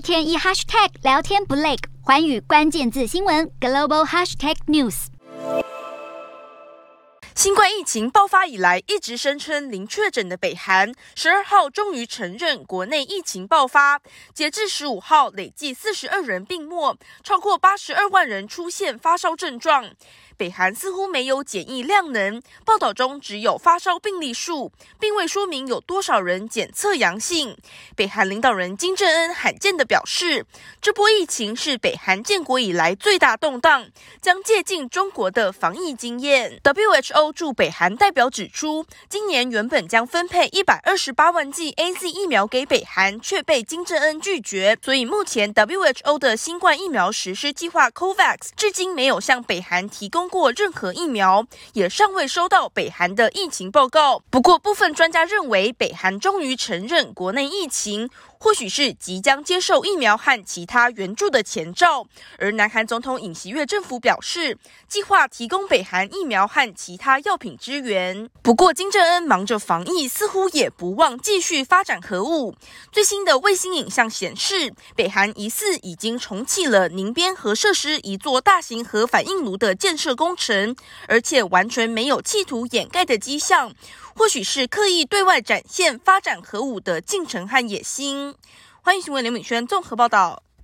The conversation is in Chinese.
天一 hashtag 聊天不累，寰宇关键字新闻 global hashtag news。 新冠疫情爆发以来，一直声称零确诊的北韩，12号终于承认国内疫情爆发。截至15号，累计42人病没，超过82万人出现发烧症状。北韩似乎没有检疫量能，报道中只有发烧病例数，并未说明有多少人检测阳性。北韩领导人金正恩罕见地表示，这波疫情是北韩建国以来最大动荡，将借鉴中国的防疫经验。WHO 驻北韩代表指出，今年原本将分配128万剂 AZ 疫苗给北韩，却被金正恩拒绝，所以目前 WHO 的新冠疫苗实施计划 COVAX 至今没有向北韩提供过任何疫苗，也尚未收到北韩的疫情报告。不过，部分专家认为，北韩终于承认国内疫情，或许是即将接受疫苗和其他援助的前兆。而南韩总统尹锡悦政府表示，计划提供北韩疫苗和其他药品支援。不过，金正恩忙着防疫，似乎也不忘继续发展核武。最新的卫星影像显示，北韩疑似已经重启了宁边核设施一座大型核反应炉的建设工程，而且完全没有企图掩盖的迹象。或许是刻意对外展现发展核武的进程和野心。欢迎新闻刘敏轩综合报道。